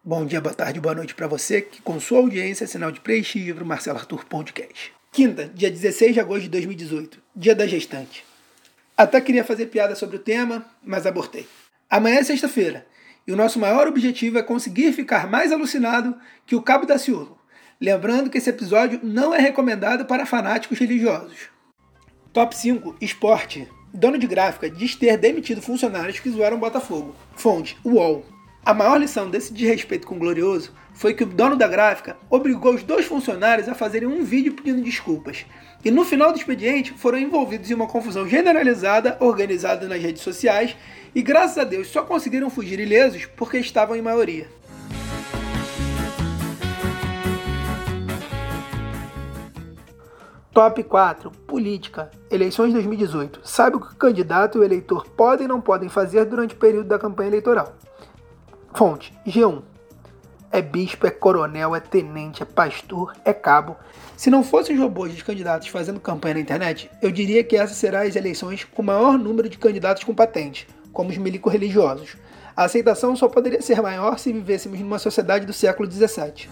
Bom dia, boa tarde, boa noite para você que com sua audiência é sinal de prestígio para o Marcelo Arthur Podcast. Quinta, dia 16 de agosto de 2018, dia da gestante. Até queria fazer piada sobre o tema, mas abortei. Amanhã é sexta-feira e o nosso maior objetivo é conseguir ficar mais alucinado que o Cabo Daciolo. Lembrando que esse episódio não é recomendado para fanáticos religiosos. Top 5, esporte. Dono de gráfica diz ter demitido funcionários que zoaram Botafogo. Fonte, UOL. A maior lição desse desrespeito com o Glorioso foi que o dono da gráfica obrigou os dois funcionários a fazerem um vídeo pedindo desculpas. E no final do expediente foram envolvidos em uma confusão generalizada organizada nas redes sociais e graças a Deus só conseguiram fugir ilesos porque estavam em maioria. Top 4. Política. Eleições 2018. Sabe o que o candidato e o eleitor podem e não podem fazer durante o período da campanha eleitoral. Fonte, G1. É bispo, é coronel, é tenente, é pastor, é cabo. Se não fossem os robôs dos candidatos fazendo campanha na internet, eu diria que essas serão as eleições com o maior número de candidatos com patente, como os milico-religiosos. A aceitação só poderia ser maior se vivêssemos numa sociedade do século XVII.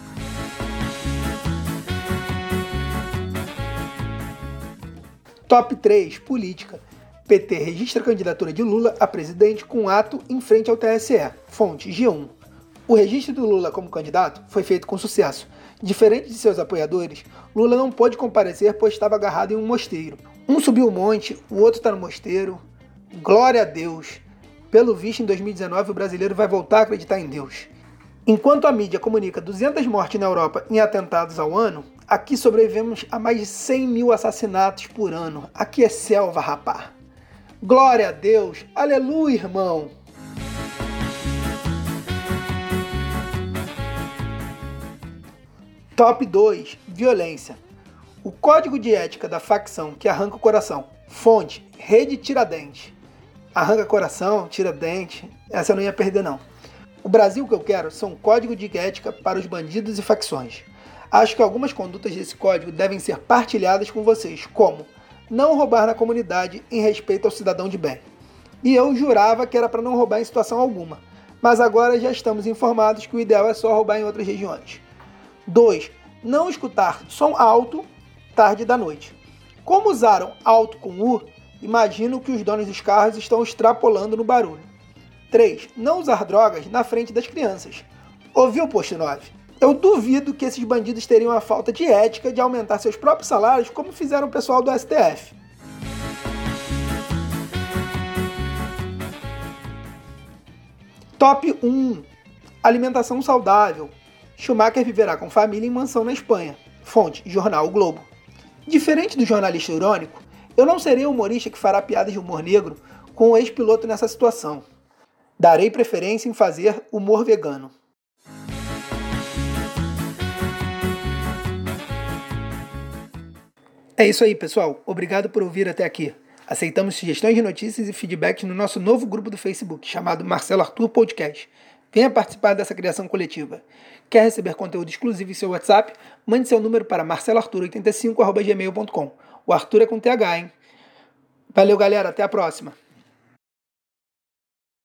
Top 3. Política. PT registra a candidatura de Lula a presidente com ato em frente ao TSE. Fonte, G1. O registro do Lula como candidato foi feito com sucesso. Diferente de seus apoiadores, Lula não pôde comparecer pois estava agarrado em um mosteiro. Um subiu o monte, o outro está no mosteiro. Glória a Deus! Pelo visto, em 2019, o brasileiro vai voltar a acreditar em Deus. Enquanto a mídia comunica 200 mortes na Europa em atentados ao ano, aqui sobrevivemos a mais de 100 mil assassinatos por ano. Aqui é selva, rapá. Glória a Deus! Aleluia, irmão! Top 2. Violência. O código de ética da facção que arranca o coração. Fonte, Rede Tiradentes. Arranca coração, tira dente. Essa eu não ia perder, não. O Brasil que eu quero são um código de ética para os bandidos e facções. Acho que algumas condutas desse código devem ser partilhadas com vocês, como não roubar na comunidade em respeito ao cidadão de bem. E eu jurava que era para não roubar em situação alguma, mas agora já estamos informados que o ideal é só roubar em outras regiões. 2. Não escutar som alto tarde da noite. Como usaram alto com U, imagino que os donos dos carros estão extrapolando no barulho. 3. Não usar drogas na frente das crianças. Ouviu, Posto 9? Eu duvido que esses bandidos teriam a falta de ética de aumentar seus próprios salários como fizeram o pessoal do STF. Top 1. Alimentação saudável. Schumacher viverá com família em mansão na Espanha. Fonte, Jornal O Globo. Diferente do jornalista irônico, eu não serei o humorista que fará piadas de humor negro com o ex-piloto nessa situação. Darei preferência em fazer humor vegano. É isso aí, pessoal. Obrigado por ouvir até aqui. Aceitamos sugestões de notícias e feedbacks no nosso novo grupo do Facebook, chamado Marcelo Arthur Podcast. Venha participar dessa criação coletiva. Quer receber conteúdo exclusivo em seu WhatsApp? Mande seu número para marceloarthur85@gmail.com. O Arthur é com TH, hein? Valeu, galera. Até a próxima.